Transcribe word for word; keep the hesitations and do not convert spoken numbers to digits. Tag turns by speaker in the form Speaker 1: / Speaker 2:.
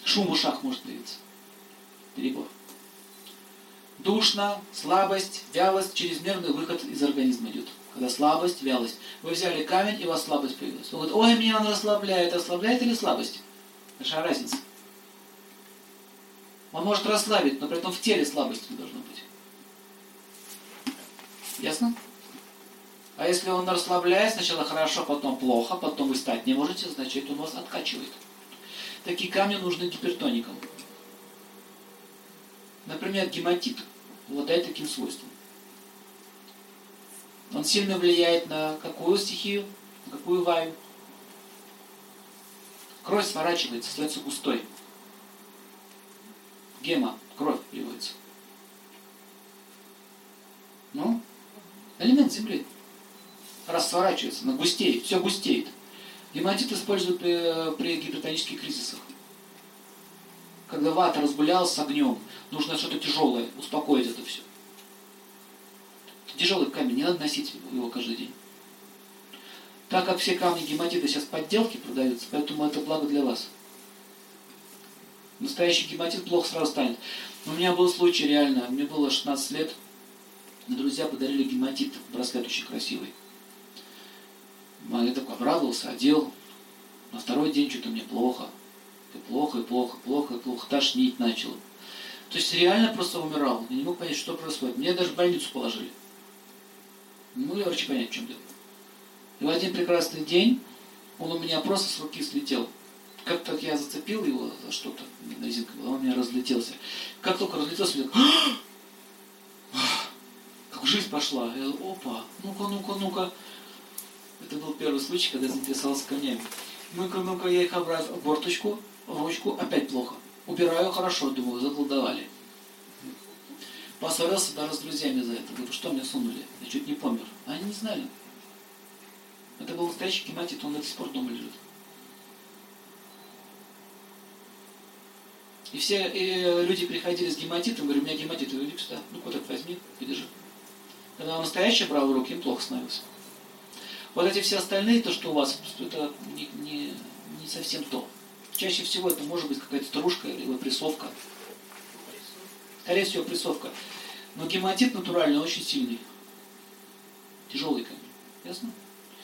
Speaker 1: Шум в ушах может появиться. Перебор. Душно, слабость, вялость, чрезмерный выход из организма идет. Когда слабость, вялость. Вы взяли камень, и у вас слабость появилась. Он говорит, ой, меня он расслабляет. Расслабляет или слабость? Большая разница. Он может расслабить, но при этом в теле слабость не должно быть. Ясно? А если он расслабляет, сначала хорошо, потом плохо, потом вы встать не можете, значит он вас откачивает. Такие камни нужны гипертоникам. Например, гематит обладает таким свойством. Он сильно влияет на какую стихию, на какую ваю. Кровь сворачивается, становится густой. Гема, кровь переводится. Ну, элемент земли. Раз сворачивается, она густеет, все густеет. Гематит используют при, при гипертонических кризисах. Когда вата разгулялась с огнем, нужно что-то тяжелое, успокоить это все. Тяжелый камень, не надо носить его каждый день. Так как все камни гематита сейчас подделки продаются, поэтому это благо для вас. Настоящий гематит плохо сразу станет. У меня был случай реально, мне было шестнадцать лет, мне друзья подарили гематит, браслет очень красивый. Я такой обрадовался, одел. На второй день что-то мне плохо. И плохо, и плохо, плохо, и плохо. Тошнить начало. То есть реально просто умирал. Я не мог понять, что происходит. Мне даже в больницу положили. Не могли врачи понять, в чем дело. И в один прекрасный день он у меня просто с руки слетел. Как-то я зацепил его за что-то, резинка была, он у меня разлетелся. Как только разлетелся, я как жизнь пошла. Я опа, ну-ка, ну-ка, ну-ка. Это был первый случай, когда я заинтересовался камнями. Ну-ка, ну-ка, я их обратно, борточку, ручку, опять плохо. Убираю, хорошо, думаю, заколдовали. Поссорился даже с друзьями за это. Говорю, что мне сунули? Я чуть не помер. А они не знали. Это был настоящий гематит, он до сих пор дома лежит. И все и люди приходили с гематитом, говорю, у меня гематит, иди сюда, ну вот это возьми, подержи. Когда он настоящий брал в руки, им плохо становилось. Вот эти все остальные, то, что у вас, это не, не, не совсем то. Чаще всего это может быть какая-то стружка или прессовка. Скорее всего, прессовка. Но гематит натуральный очень сильный. Тяжелый камень. Ясно?